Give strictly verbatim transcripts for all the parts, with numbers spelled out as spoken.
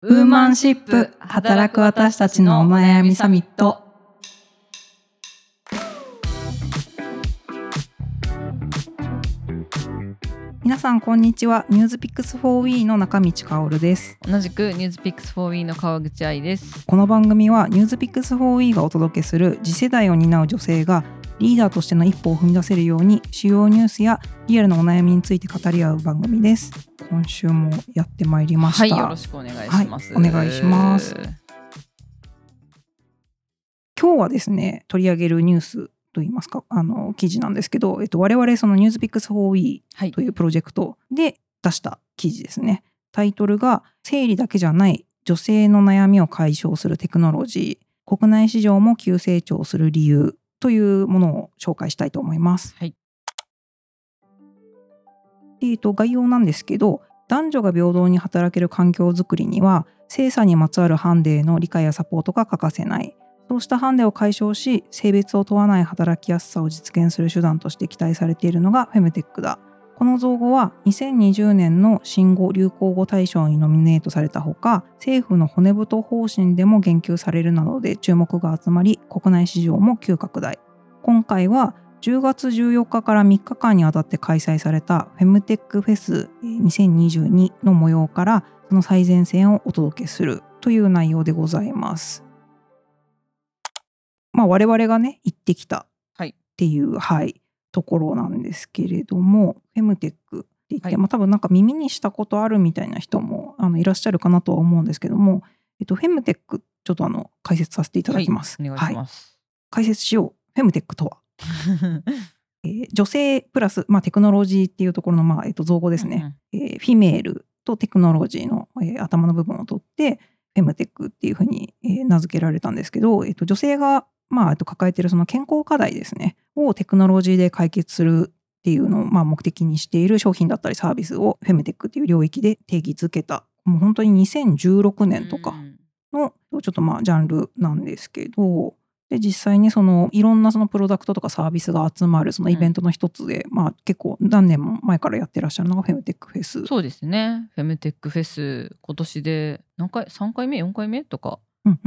ウーマンシップ働く私たちのお悩みサミット。皆さんこんにちは。ニュースピックス フォー ウィー の中道香織です。 同じくニュースピックス フォー ウィー の川口愛です。 この番組はニュースピックス フォー ウィー がお届けする次世代を担う女性がリーダーとしての一歩を踏み出せるように主要ニュースやリアルなお悩みについて語り合う番組です。今週もやってまいりました。 はい、よろしくお願いします。 はい、お願いします。今日はですね、取り上げるニュースといいますか、あの記事なんですけど、えっと、我々そのニュースピックス フォー ウィー というプロジェクトで出した記事ですね。タイトルが生理だけじゃない女性の悩みを解消するテクノロジー、国内市場も急成長する理由というものを紹介したいと思います。 はい。 えっと、概要なんですけど、男女が平等に働ける環境づくりには性差にまつわるハンデへの理解やサポートが欠かせない。そうしたハンデを解消し、性別を問わない働きやすさを実現する手段として期待されているのがフェムテックだ。この造語はにせんにじゅうねんの新語・流行語大賞にノミネートされたほか、政府の骨太方針でも言及されるなどで注目が集まり、国内市場も急拡大。今回はじゅうがつじゅうよっかからみっかかんにわたって開催されたフェムテックフェスにせんにじゅうにの模様からその最前線をお届けするという内容でございます。まあ、我々がね行ってきたっていう、はいはい、ところなんですけれども、フェムテックって言って、はい、まあ、多分なんか耳にしたことあるみたいな人もあのいらっしゃるかなとは思うんですけども、えっと、フェムテックちょっとあの解説させていただきます。 はい、お願いします。 はい、解説しよう。フェムテックとはえー、女性プラス、まあ、テクノロジーっていうところの、まあえー、と造語ですね、うんうん、えー、フィメールとテクノロジーの、えー、頭の部分を取ってフェムテックっていうふうに、えー、名付けられたんですけど、えー、と女性が、まあ、えー、と抱えているその健康課題ですねをテクノロジーで解決するっていうのを、まあ、目的にしている商品だったりサービスをフェムテックっていう領域で定義づけた、もう本当ににせんじゅうろくねんとかのちょっとまあジャンルなんですけど、で実際にそのいろんなそのプロダクトとかサービスが集まるそのイベントの一つで、うん、まあ、結構何年も前からやってらっしゃるのがフェムテックフェス。 そうですね、フェムテックフェス今年で何回さんかいめよんかいめとかで、 うんうん、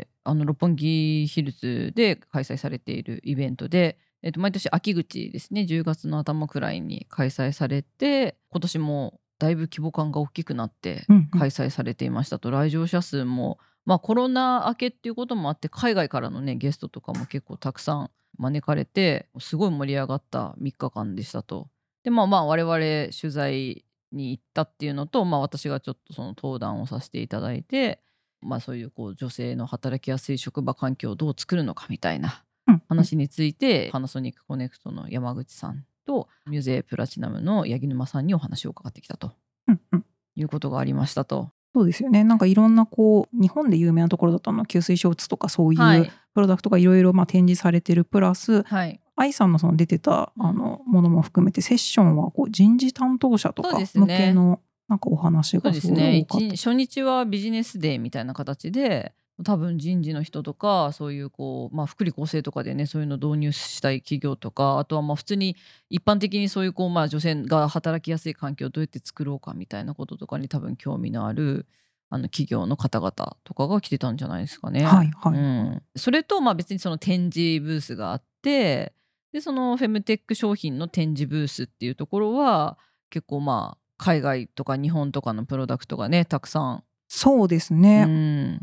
あの六本木ヒルズで開催されているイベントで、えっと、毎年秋口ですね、じゅうがつの頭くらいに開催されて、今年もだいぶ規模感が大きくなって開催されていましたと、うんうん、来場者数もまあ、コロナ明けっていうこともあって海外からのねゲストとかも結構たくさん招かれてすごい盛り上がったみっかかんでしたと。でまあまあ我々取材に行ったっていうのと、まあ、私がちょっとその登壇をさせていただいて、まあ、そういうこう女性の働きやすい職場環境をどう作るのかみたいな話について、うんうん、パナソニックコネクトの山口さんとミュゼプラチナムの八木沼さんにお話を伺ってきたと、うんうん、いうことがありましたと。 そうですよね。なんかいろんなこう日本で有名なところだったの吸水ショーツとかそういうプロダクトがいろいろ展示されてるプラス、 はい、 愛さんのその出てたあのものも含めてセッションはこう人事担当者とか向けのなんかお話がすごい多かった。そうですね。 初日はビジネスデーみたいな形で多分人事の人とかそういうこう、まあ、福利厚生とかでねそういうの導入したい企業とか、あとはまあ普通に一般的にそういうこう、まあ、女性が働きやすい環境をどうやって作ろうかみたいなこととかに多分興味のあるあの企業の方々とかが来てたんじゃないですかね。 はいはい、 うん、それとまあ別にその展示ブースがあって、でそのフェムテック商品の展示ブースっていうところは結構まあ海外とか日本とかのプロダクトがねたくさん。 そうですね、うん、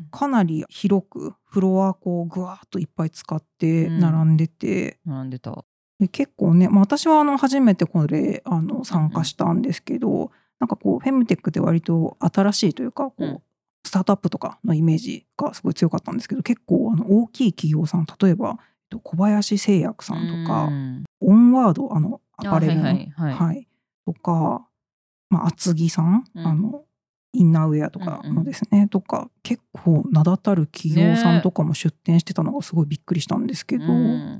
かなり広くフロアこうぐわーっといっぱい使って並んでて、 うん、並んでた。 で結構ね、まあ、私はあの初めてこれあの参加したんですけど、うんうん、なんかこうフェムテックって割と新しいというかこう、うん、スタートアップとかのイメージがすごい強かったんですけど、結構あの大きい企業さん、例えば小林製薬さんとか、うん、オンワードあのアパレルの、はいはいはい、とか、まあ、厚木さん、うん、あのインナーウェアとかのですね、うんうん、とか結構名だたる企業さんとかも出展してたのがすごいびっくりしたんですけど、うん、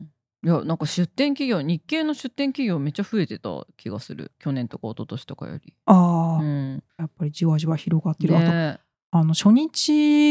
いやなんか出展企業、日系の出展企業めっちゃ増えてた気がする、去年とか一昨年とかより。 ああ、うん、やっぱりじわじわ広がってる、ね、あとあの初日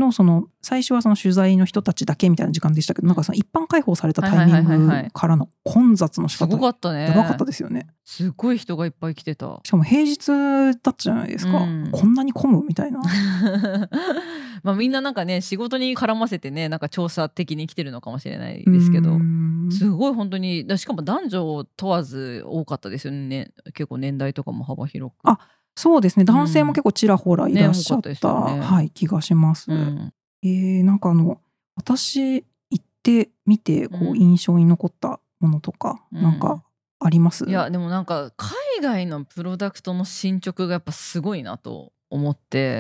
のその最初はその取材の人たちだけみたいな時間でしたけど、なんかその一般開放されたタイミングからの混雑の仕す方ごかったね。 やばかったですよね。 すごい人がいっぱい来てた。 しかも平日だったじゃないですか、 うん、 こんなに混むみたいなまあみんななんかね仕事に絡ませてねなんか調査的に来てるのかもしれないですけど、すごい本当にだしかも男女問わず多かったですよね。結構年代とかも幅広く。 あ、そうですね、男性も結構ちらほらいらっしゃった、 ね多かったですよね。 はい、気がします、 うんえー、なんかあの私行ってみてこううん印象に残ったものとか、 うんなんかあります？ いやでもなんか海外のプロダクトの進捗がやっぱすごいなと思って、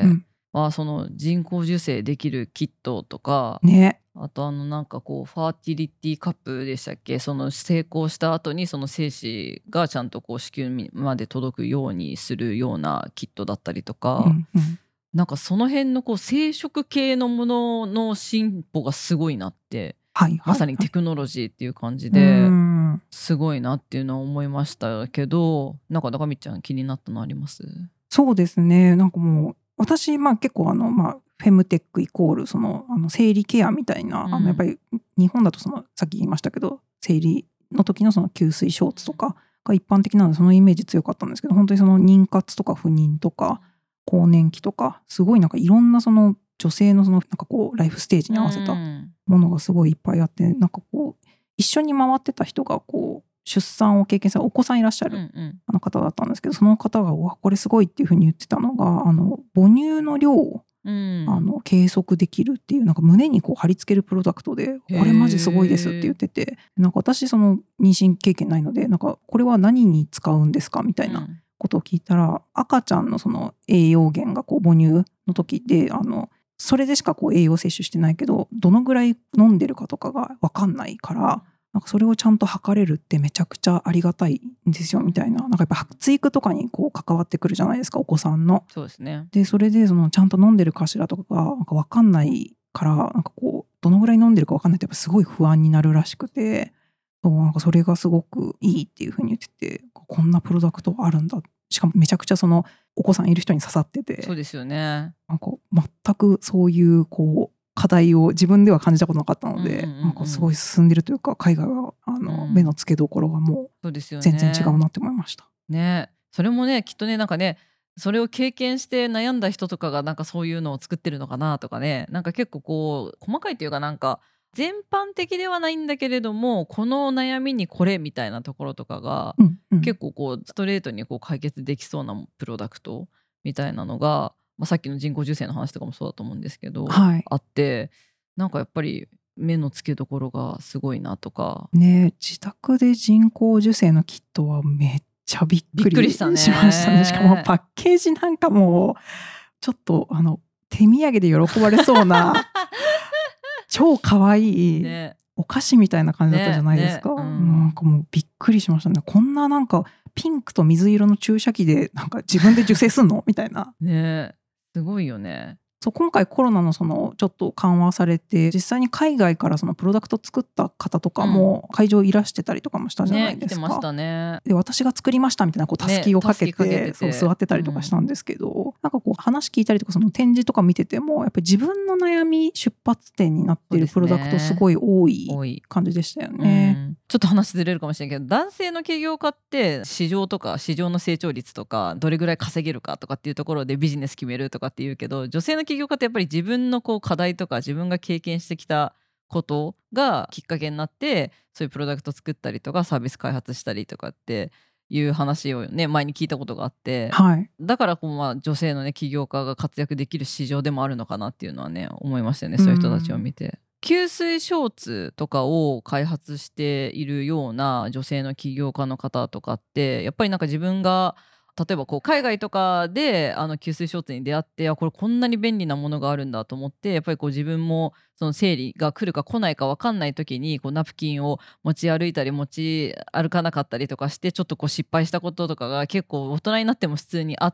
うんまあ、その人工授精できるキットとか、 ね、 あとあのなんかこうファーティリティカップでしたっけ、その成功した後にその精子がちゃんとこう子宮まで届くようにするようなキットだったりとか、 うんうん、 なんかその辺のこう生殖系のものの進歩がすごいなって、 はいはいはい、 まさにテクノロジーっていう感じうでんすごいなっていうのは思いましたけど、なんか中道ちゃん気になったのあります？ そうですね、なんかもう私、まあ、結構あの、まあ、フェムテックイコールそのあの生理ケアみたいな、 うんあのやっぱり日本だとそのさっき言いましたけど生理の時のその吸水ショーツとかが一般的なのでそのイメージ強かったんですけど、本当にその妊活とか不妊とか更年期とかすごいなんかいろんなその女性のそのなんかこうライフステージに合わせたうんものがすごいいっぱいあって、なんかこう一緒に回ってた人がこう出産を経験されお子さんいらっしゃる、 うんうんあの方だったんですけど、その方がうわこれすごいっていうふうに言ってたのが、あの母乳の量をうんあの計測できるっていう、なんか胸にこう貼り付けるプロダクトで、これマジすごいですって言ってて、なんか私その妊娠経験ないので、なんかこれは何に使うんですかみたいなことを聞いたら、赤ちゃんのその栄養源がこう母乳の時で、あのそれでしかこう栄養摂取してないけどどのぐらい飲んでるかとかが分かんないから、なんかそれをちゃんと測れるってめちゃくちゃありがたいんですよみたいな、なんかやっぱ発育とかにこう関わってくるじゃないですか、お子さんの。 そうですね。 でそれでそのちゃんと飲んでるかしらとかがなんか分かんないから、なんかこうどのぐらい飲んでるか分かんないとやっぱすごい不安になるらしくて、そうなんかそれがすごくいいっていうふうに言ってて、こんなプロダクトあるんだ、しかもめちゃくちゃそのお子さんいる人に刺さってて、 そうですよね。 なんか全くそういうこう課題を自分では感じたことなかったので、 うんうんうんうんなんかすごい進んでるというか、海外はあの、 うん目の付けどころがもそうですよね。 う全然違うなって思いました。 ね、それもねきっとねなんかねそれを経験して悩んだ人とかがなんかそういうのを作ってるのかなとかね、なんか結構こう細かいというかなんか全般的ではないんだけれどもこの悩みにこれみたいなところとかが、 うんうん、 結構こうストレートにこう解決できそうなプロダクトみたいなのが、まあ、さっきの人工授精の話とかもそうだと思うんですけど、 はい、 あってなんかやっぱり目の付けどころがすごいなとか。 ね、自宅で人工授精のキットはめっちゃびっくびっくりりしたねしましたね。しかもパッケージなんかもちょっとあの手土産で喜ばれそうな超可愛いねお菓子みたいな感じだったじゃないですか、 ねねうん、 なんかもうびっくりしましたね。こんななんかピンクと水色の注射器でなんか自分で受精すんのみたいな。 ねすごいよね。 そう今回コロナのそのちょっと緩和されて、実際に海外からそのプロダクト作った方とかも会場いらしてたりとかもしたじゃないねですか、 来てましたね。 で私が作りましたみたいなこうたすきをかけて,、 ねたすきかけててそう座ってたりとかしたんですけど、なんかこう話聞いたりとかその展示とか見ててもやっぱり自分の悩み出発点になっているプロダクトすごい多い多い感じでしたよね。 うんちょっと話ずれるかもしれないけど男性の起業家って市場とか市場の成長率とかどれぐらい稼げるかとかっていうところでビジネス決めるとかっていうけど、女性の起業家ってやっぱり自分のこう課題とか自分が経験してきたことがきっかけになってそういうプロダクト作ったりとかサービス開発したりとかっていう話をね前に聞いたことがあって、 はい、 だからこうまあ女性のね起業家が活躍できる市場でもあるのかなっていうのはね思いましたよね、そういう人たちを見て。吸水ショーツとかを開発しているような女性の起業家の方とかってやっぱりなんか自分が例えばこう海外とかであの吸水ショーツに出会ってあこれこんなに便利なものがあるんだと思ってやっぱりこう自分もその生理が来るか来ないか分かんない時にこうナプキンを持ち歩いたり持ち歩かなかったりとかしてちょっとこう失敗したこととかが結構大人になっても普通にあって、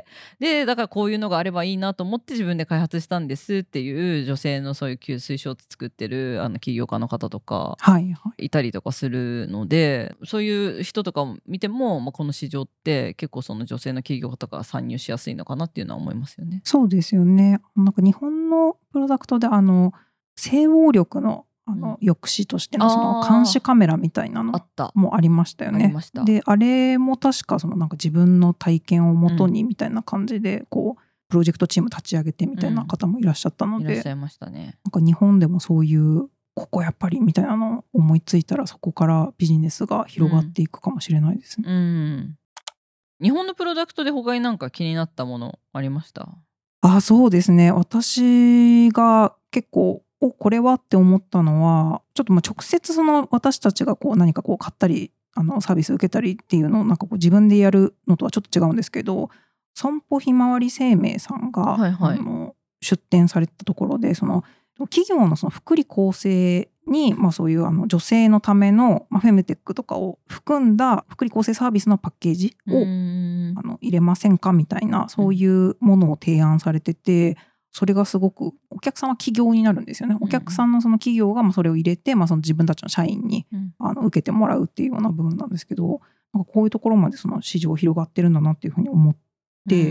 でだからこういうのがあればいいなと思って自分で開発したんですっていう女性のそういう吸水ショーツ作ってるあの起業家の方とかはいはいいたりとかするので、そういう人とかを見ても、まあ、この市場って結構そその女性の企業とか参入しやすいのかなっていうのは思いますよね。 そうですよね。なんか日本のプロダクトであの性暴力のあの抑止としてのその監視カメラみたいなのあったもありましたよね。 ありました。 であれも確かそのなんか自分の体験をもとにみたいな感じでこうプロジェクトチーム立ち上げてみたいな方もいらっしゃったので、 いらっしゃいましたね。 なんか日本でもそういうここやっぱりみたいなのを思いついたらそこからビジネスが広がっていくかもしれないですね。 うん、日本のプロダクトで他になんか気になったものありました？ あ、そうですね。私が結構おこれはって思ったのはちょっとまあ直接その私たちがこう何かこう買ったりあのサービス受けたりっていうのをなんかこう自分でやるのとはちょっと違うんですけど、損保ひまわり生命さんが、 はいはい、 あの出展されたところでその企業のその福利厚生に、まあ、そういうあの女性のための、まあ、フェムテックとかを含んだ福利厚生サービスのパッケージをあの入れませんかみたいなそういうものを提案されてて、それがすごくお客さんは企業になるんですよね。お客さんのその企業がまあそれを入れて、まあ、その自分たちの社員にあの受けてもらうっていうような部分なんですけど、なんかこういうところまでその市場広がってるんだなっていうふうに思って、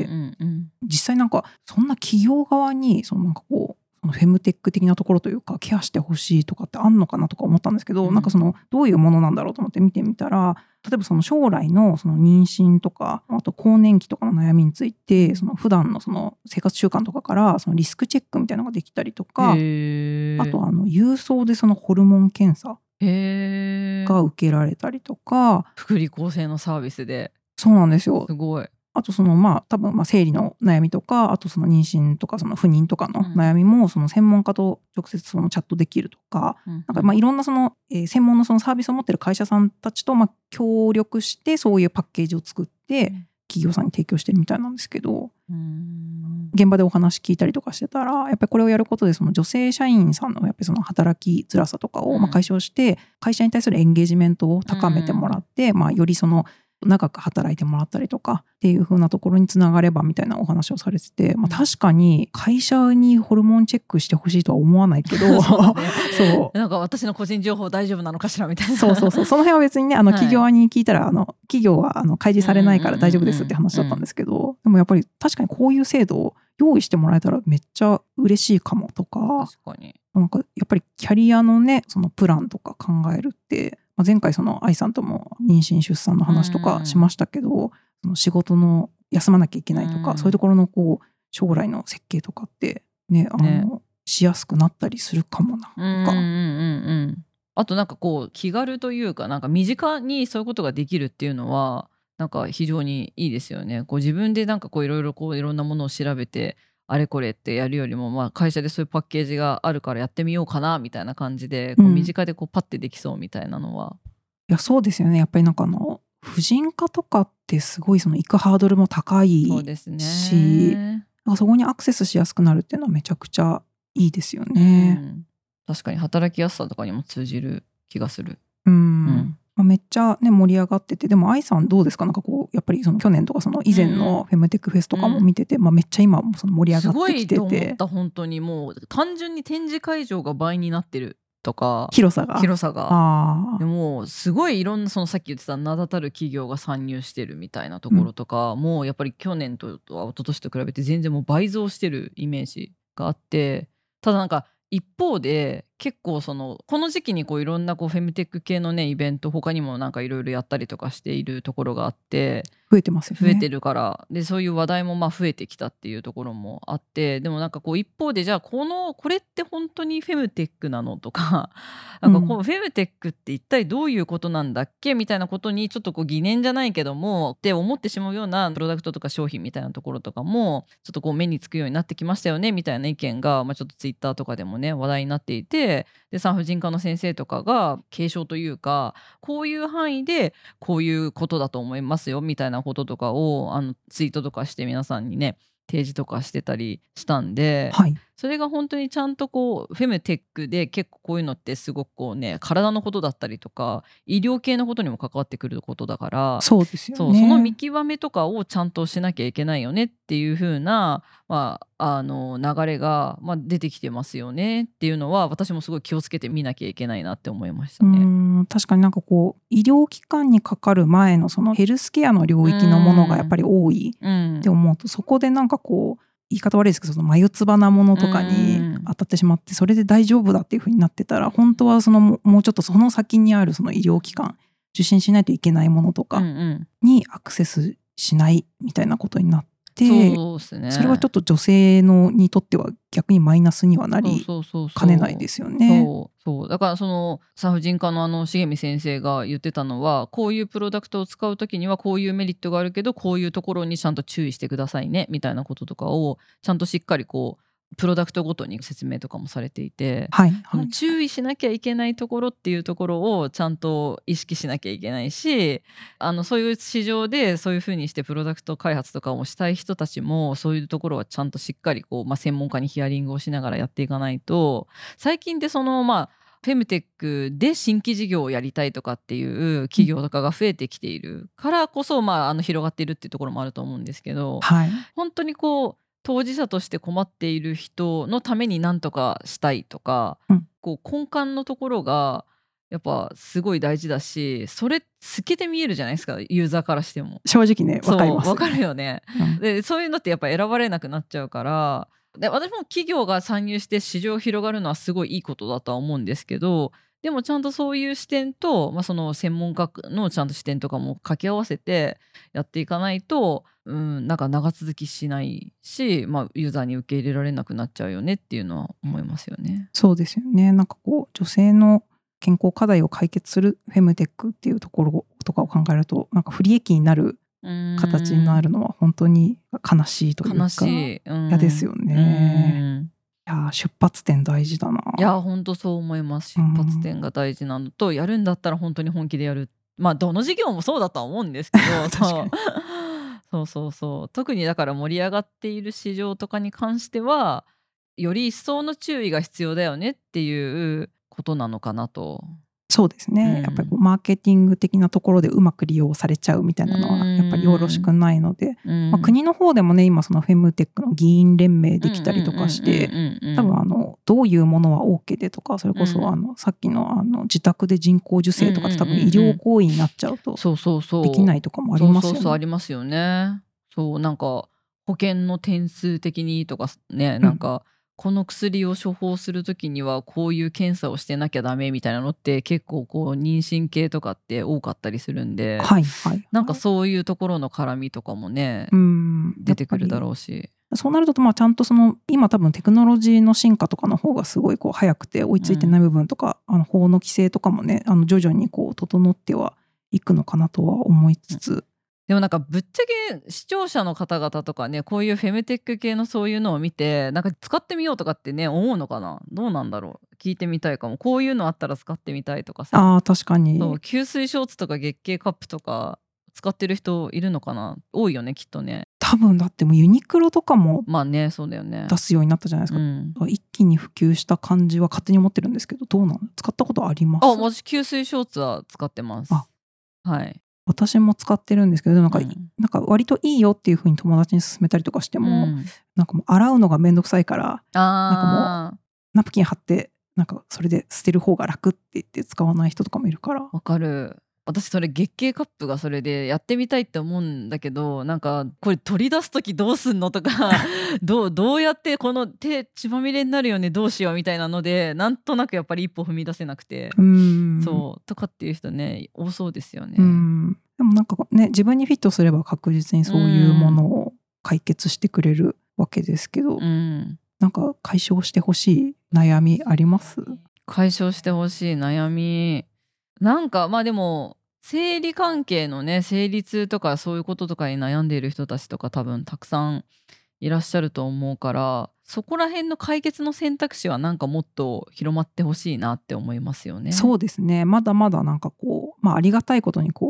うんうんうん、 実際なんかそんな企業側にそのなんかこうそのフェムテック的なところというかケアしてほしいとかってあんのかなとか思ったんですけど、うん、なんかそのどういうものなんだろうと思って見てみたら、例えばその将来のその妊娠とかあと更年期とかの悩みについてその普段のその生活習慣とかからそのリスクチェックみたいなのができたりとか、あとあの郵送でそのホルモン検査が受けられたりとか、 福利厚生のサービスで。 そうなんですよ。 すごい。あとそのまあ多分まあ生理の悩みとか、あとその妊娠とかその不妊とかの悩みもその専門家と直接そのチャットできるとか、うんうん、なんかまあいろんなその、えー、専門のそのサービスを持ってる会社さんたちとまあ協力してそういうパッケージを作って企業さんに提供してるみたいなんですけど、うん、現場でお話聞いたりとかしてたらやっぱりこれをやることでその女性社員さんのやっぱりその働きづらさとかをまあ解消して会社に対するエンゲージメントを高めてもらって、まあよりその長く働いてもらったりとかっていう風なところにつながればみたいなお話をされてて、まあ、確かに会社にホルモンチェックしてほしいとは思わないけどそう、ね、そうなんか私の個人情報大丈夫なのかしらみたいなそうそうそう、その辺は別にねあの企業側に聞いたら、はい、あの企業はあの開示されないから大丈夫ですって話だったんですけど、うんうんうんうん、でもやっぱり確かにこういう制度を用意してもらえたらめっちゃ嬉しいかもとか、 確かになんかやっぱりキャリアのねそのプランとか考えるって前回その愛さんとも妊娠出産の話とかしましたけど、その仕事の休まなきゃいけないとか、そういうところのこう将来の設計とかってね、あのねしやすくなったりするかもな。なんか、うんうんうんうん、あとなんかこう気軽というかなんか身近にそういうことができるっていうのはなんか非常にいいですよね。こう自分でなんかこういろいろこういろんなものを調べてあれこれってやるよりも、まあ、会社でそういうパッケージがあるからやってみようかなみたいな感じでこう身近でこうパッてできそうみたいなのは、 うん、いやそうですよね。やっぱりなんかあの婦人科とかってすごいその行くハードルも高いし、そうですね、なんかそこにアクセスしやすくなるっていうのはめちゃくちゃいいですよね。 うん、確かに働きやすさとかにも通じる気がする。 うん、うんまあ、めっちゃね盛り上がってて、でも愛さんどうですか？なんかこうやっぱりその去年とかその以前のフェムテックフェスとかも見てて、うんまあ、めっちゃ今もその盛り上がってきてて、すごいと思った。本当にもう単純に展示会場が倍になってるとか広さが広さがあでもすごいいろんなそのさっき言ってた名だたる企業が参入してるみたいなところとか、うん、もうやっぱり去年とは一昨年と比べて全然もう倍増してるイメージがあって、ただなんか一方で結構そのこの時期にこういろんなこうフェムテック系のねイベント他にもなんかいろいろやったりとかしているところがあって増えてますよね。 増えてるからでそういう話題もまあ増えてきたっていうところもあって、でもなんかこう一方でじゃあこのこれって本当にフェムテックなのとかなんかこうフェムテックって一体どういうことなんだっけみたいなことにちょっとこう疑念じゃないけどもって思ってしまうようなプロダクトとか商品みたいなところとかもちょっとこう目につくようになってきましたよねみたいな意見が、まあ、ちょっとツイッターとかでもね話題になっていて、で産婦人科の先生とかが警鐘というかこういう範囲でこういうことだと思いますよみたいなこととかをあのツイートとかして皆さんにね提示とかしてたりしたんで、 はい、 それが本当にちゃんとこうフェムテックで結構こういうのってすごくこうね体のことだったりとか医療系のことにも関わってくることだから、 そうですよそうその見ね。 極めとかをちゃんとしなきゃいけないよねっていう風な、まあ、あの流れが、まあ、出てきてますよねっていうのは私もすごい気をつけて見なきゃいけないなって思いましたうーね。 ん、確かになんかこう、医療機関にかかる前のそのヘルスケアの領域のものがやっぱり多いうんって思うと、そこでなんかこう、言い方悪いですけど、その眉唾なものとかうにん当たってしまって、それで大丈夫だっていう風になってたら、本当はそのももうちょっとその先にあるその医療機関、受診しないといけないものとうんかうんにアクセスしないみたいなことになって、 そうですね。 それはちょっと女性のにとっては逆にマイナスにはなそうりそうそうそうかねないですよね。 そうそうだからその産婦人科のあの重見先生が言ってたのは、こういうプロダクトを使うときにはこういうメリットがあるけどこういうところにちゃんと注意してくださいねみたいなこととかをちゃんとしっかりこうプロダクトごとに説明とかもされていて、 はい、 そのはい。 注意しなきゃいけないところっていうところをちゃんと意識しなきゃいけないし、あのそういう市場でそういうふうにしてプロダクト開発とかをしたい人たちもそういうところはちゃんとしっかりこう、まあ、専門家にヒアリングをしながらやっていかないと、最近ってそのまあフェムテックで新規事業をやりたいとかっていう企業とかが増えてきているからこそ、まあ、あの広がっているっていうところもあると思うんですけど、 はい。 本当にこう当事者として困っている人のために何とかしたいとか、 うんこう根幹のところがやっぱすごい大事だし、それ透けて見えるじゃないですか、ユーザーからしても。 正直ね、わかりますよそうわかるよね。 うんでそういうのってやっぱ選ばれなくなっちゃうから、で私も企業が参入して市場が広がるのはすごいいいことだとは思うんですけど、でもちゃんとそういう視点と、まあ、その専門家のちゃんと視点とかも掛け合わせてやっていかないと、うん、なんか長続きしないし、まあ、ユーザーに受け入れられなくなっちゃうよねっていうのは思いますよね。 そうですよね。なんかこう、女性の健康課題を解決するフェムテックっていうところとかを考えると、なんか不利益になる形になるのは本当に悲しいというか、 悲しい、うん、 嫌ですよね。 うんいやー、出発点大事だな。 いや本当そう思います。出発点が大事なのと、やるんだったら本当に本気でやる。まあどの事業もそうだとは思うんですけど確かにそうそうそうそう特にだから盛り上がっている市場とかに関してはより一層の注意が必要だよねっていうことなのかなと。 そうですね、 うんやっぱりこうマーケティング的なところでうまく利用されちゃうみたいなのはやっぱりよろしくないので、 うんまあ、国の方でもね今そのフェムテックの議員連盟できたりとかして多分あのどういうものは OK でとか、それこそあのさっきのあの自宅で人工授精とかって多分医療行為になっちゃうとそうそうそうできないとかもありますよね。 そうそうそうありますよね。そうなんか保険の点数的にとかね、 うんなんかこの薬を処方するときにはこういう検査をしてなきゃダメみたいなのって結構こう妊娠系とかって多かったりするんで、 はいはい、 なんかそういうところの絡みとかもね、 うん出てくるだろうし。 そうなるとまあちゃんとその今多分テクノロジーの進化とかの方がすごいこう早くて追いついてない部分とか、あの法の規制とかもねあの徐々にこう整ってはいくのかなとは思いつつ、 でもなんかぶっちゃけ視聴者の方々とかね、こういうフェムテック系のそういうのを見てなんか使ってみようとかってね思うのかな、どうなんだろう、聞いてみたいかも。こういうのあったら使ってみたいとかさ、 ああ確かにそう吸水ショーツとか月経カップとか使ってる人いるのかな、多いよねきっとね。 多分だってもうユニクロとかもまあねそうだよね出すようになったじゃないですか、 うん、 一気に普及した感じは勝手に思ってるんですけど、どうなの、使ったことあります？ あ私吸水ショーツは使ってます。 あはい私も使ってるんですけど、なんか、 うんなんか割といいよっていう風に友達に勧めたりとかしても、 うんなんかもう洗うのがめんどくさいからあナプキン貼ってなんかそれで捨てる方が楽って言って使わない人とかもいるから。 ーわかる。私それ月経カップがそれでやってみたいって思うんだけど、なんかこれ取り出す時どうすんのとかどうどうやってこの手血まみれになるよねどうしようみたいなので、なんとなくやっぱり一歩踏み出せなくて、 うーんそうとかっていう人ね多そうですよね。 うーんでもなんかね自分にフィットすれば確実にそういうものを解決してくれるわけですけど、 うんなんか解消してほしい悩みあります？ 解消してほしい悩み、なんかまあでも生理関係のね生理痛とかそういうこととかに悩んでいる人たちとか多分たくさんいらっしゃると思うから、そこら辺の解決の選択肢はなんかもっと広まってほしいなって思いますよね。 そうですね、まだまだなんかこう、まあ、ありがたいことにこう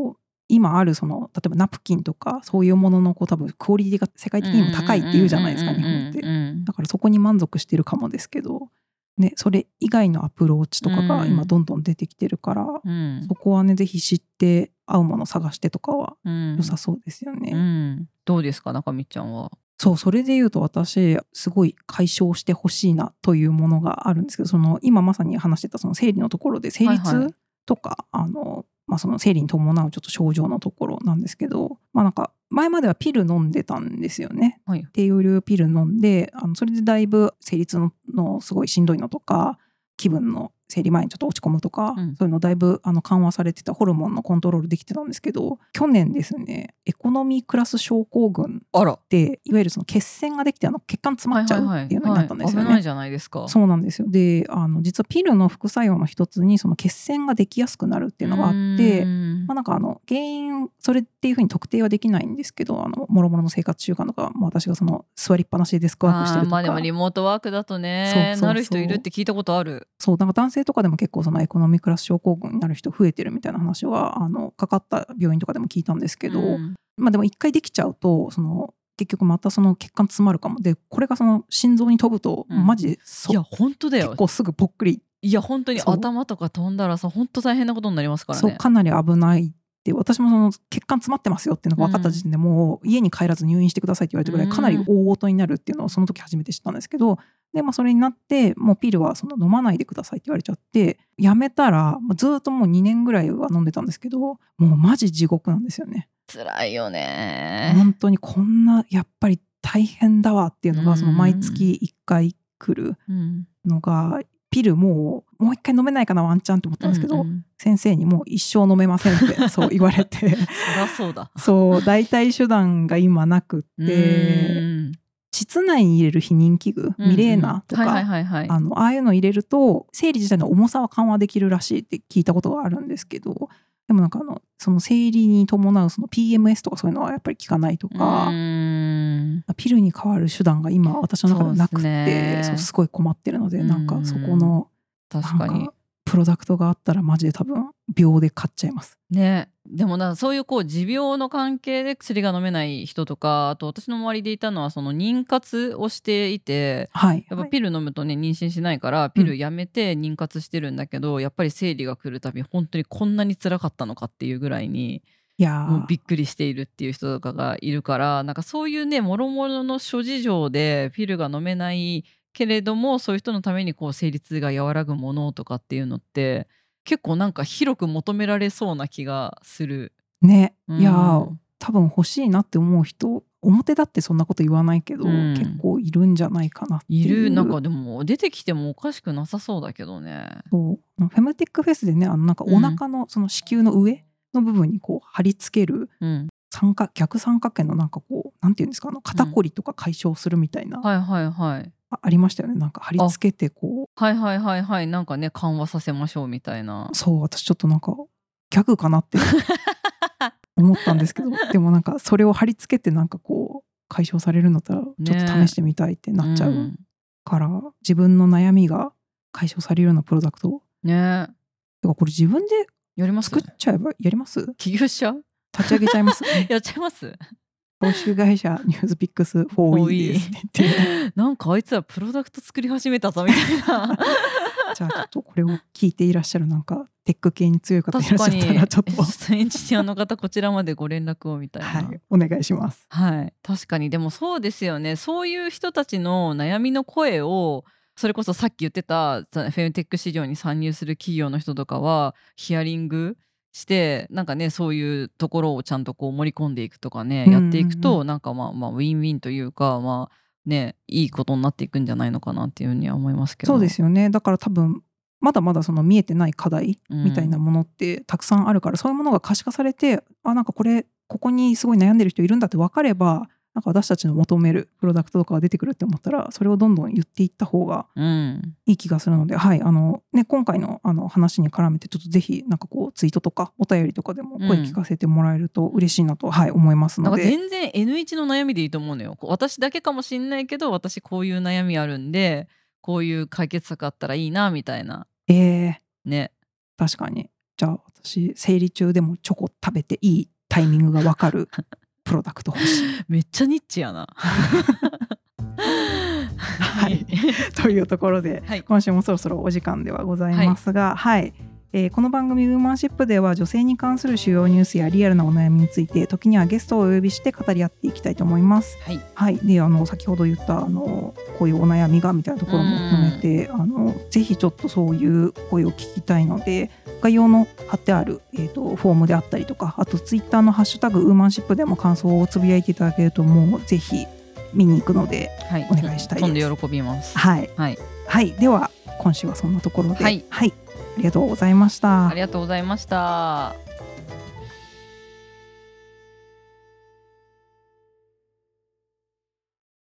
今あるその例えばナプキンとかそういうもののこう多分クオリティが世界的にも高いっていうじゃないですか、日本って。だからそこに満足してるかもですけど、ね、それ以外のアプローチとかが今どんどん出てきてるから、 うん、 そこはねぜひ知って合うもの探してとかは良さそうですよね。 うんうん、どうですか中道ちゃんは。 そう、それで言うと私すごい解消してほしいなというものがあるんですけど、その今まさに話してたその生理のところで生理痛とか、はいはい、あのまあ、その生理に伴うちょっと症状のところなんですけど、まあ、なんか前まではピル飲んでたんですよね、 はい、 低用量ピル飲んで、あのそれでだいぶ生理痛 の, のすごいしんどいのとか気分の生理前にちょっと落ち込むとか、うん、そういうのだいぶあの緩和されてた、ホルモンのコントロールできてたんですけど、去年ですねエコノミークラス症候群でいわゆるその血栓ができてあの血管詰まっちゃうっていうのになったんですよね。 危ないじゃないですか。 そうなんですよ。であの実はピルの副作用の一つにその血栓ができやすくなるっていうのがあって、まあ、なんかあの原因それっていうふうに特定はできないんですけど、あのもろもろの生活習慣とか、まあ、私がその座りっぱなしでデスクワークしてるとか、 あまあでもリモートワークだとね、そうそうそう、なる人いるって聞いたことある。 そう、なんか男性とかでも結構そのエコノミークラス症候群になる人増えてるみたいな話はあのかかった病院とかでも聞いたんですけど、うん、まあでも一回できちゃうとその結局またその血管詰まるかも。でこれがその心臓に飛ぶと、うん、マジでそいや本当だよ、 結構すぐぽっくり、 いや本当に頭とか飛んだらさ本当大変なことになりますからね。 そうかなり危ないって、私もその血管詰まってますよっていうのが分かった時点でもう家に帰らず入院してくださいって言われたぐらいかなり大事になるっていうのをその時初めて知ったんですけど、で、まあ、それになってもうピルはその飲まないでくださいって言われちゃってやめたら、まあ、ずっともうにねんぐらいは飲んでたんですけど、もうマジ地獄なんですよね。 辛いよね本当に。こんなやっぱり大変だわっていうのがその毎月いっかい来るのが、うん、ピルもうもう一回飲めないかなワンチャンと思ったんですけど、うんうん、先生にもう一生飲めませんってそう言われてそりゃそうだそう代替手段が今なくって、膣内に入れる避妊器具、ミレーナとか、あのああいうの入れると生理自体の重さは緩和できるらしいって聞いたことがあるんですけど、でもなんかあのその生理に伴うその ピーエムエス とかそういうのはやっぱり効かないとか、うーんピルに代わる手段が今私の中ではなくて、 そう、そうすごい困ってるので、なんかそこの確かにプロダクトがあったらマジで多分秒で買っちゃいますね。でもなそういうこう持病の関係で薬が飲めない人とか、あと私の周りでいたのはその妊活をしていて、はい、やっぱピル飲むとね妊娠しないからピルやめて妊活してるんだけど、うん、やっぱり生理が来るたび本当にこんなに辛かったのかっていうぐらいにいやもうびっくりしているっていう人とかがいるから、なんかそういうねもろもろの諸事情でピルが飲めないけれどもそういう人のためにこう生理痛が和らぐものとかっていうのって結構なんか広く求められそうな気がするね、うん、いや多分欲しいなって思う人表だってそんなこと言わないけど、うん、結構いるんじゃないかなっていう。 いる。なんかでも出てきてもおかしくなさそうだけどね。 そうフェムテックフェスでね、あのなんかお腹のその子宮の上の部分にこう貼り付ける、うん三角逆三角形のなんかこうなんていうんですか、あの肩こりとか解消するみたいな、うん、はいはいはいあ, ありましたよね。なんか貼り付けてこうはいはいはいはいなんかね緩和させましょうみたいな。 そう私ちょっとなんかギャグかなって思ったんですけどでもなんかそれを貼り付けてなんかこう解消されるんだったらちょっと試してみたいってなっちゃう、ねうん、から自分の悩みが解消されるようなプロダクトねだからこれ自分で作っちゃえばやります？ 起業しちゃう？ 立ち上げちゃいます、ね、 やっちゃいます。 報酬会社ニュースピックス フォーイー ですねってなんかあいつはプロダクト作り始めたぞみたいなじゃあちょっとこれを聞いていらっしゃるなんかテック系に強い方いらっしゃったらちょっとエンジニアの方こちらまでご連絡をみたいな、 はい、お願いします。 はい、確かにでもそうですよね。そういう人たちの悩みの声をそれこそさっき言ってたフェムテック市場に参入する企業の人とかはヒアリングしてなんかねそういうところをちゃんとこう盛り込んでいくとかね、うんうんうん、やっていくとなんかまあまあウィンウィンというかまあねいいことになっていくんじゃないのかなっていうふうには思いますけど。 そうですよね。だから多分まだまだその見えてない課題みたいなものってたくさんあるから、うん、そういうものが可視化されてあなんかこれここにすごい悩んでる人いるんだって分かればなんか私たちの求めるプロダクトとかが出てくるって思ったらそれをどんどん言っていった方がいい気がするので、うん、はいあのね今回のあの話に絡めてちょっとぜひなんかこうツイートとかお便りとかでも声聞かせてもらえると嬉しいなと、うんはい、思いますので。 なんか全然 エヌワン の悩みでいいと思うのよ。私だけかもしんないけど私こういう悩みあるんでこういう解決策あったらいいなみたいな。 えー、 ね確かにじゃあ私生理中でもチョコ食べていいタイミングが分かるプロダクト欲しいめっちゃニッチやなはい、というところで、はい、今週もそろそろお時間ではございますが、はい、はいえー、この番組ウーマンシップでは女性に関する主要ニュースやリアルなお悩みについて時にはゲストをお呼びして語り合っていきたいと思います。はい、はい、であの先ほど言ったあのこういうお悩みがみたいなところも含めてあのぜひちょっとそういう声を聞きたいので概要の貼ってある、えーと、フォームであったりとかあとツイッターのハッシュタグウーマンシップでも感想をつぶやいていただけるともうぜひ見に行くのでお願いしたいです。 飛んで喜びます。 はい、はいはい、では今週はそんなところで、はいはい、ありがとうございました。 ありがとうございました。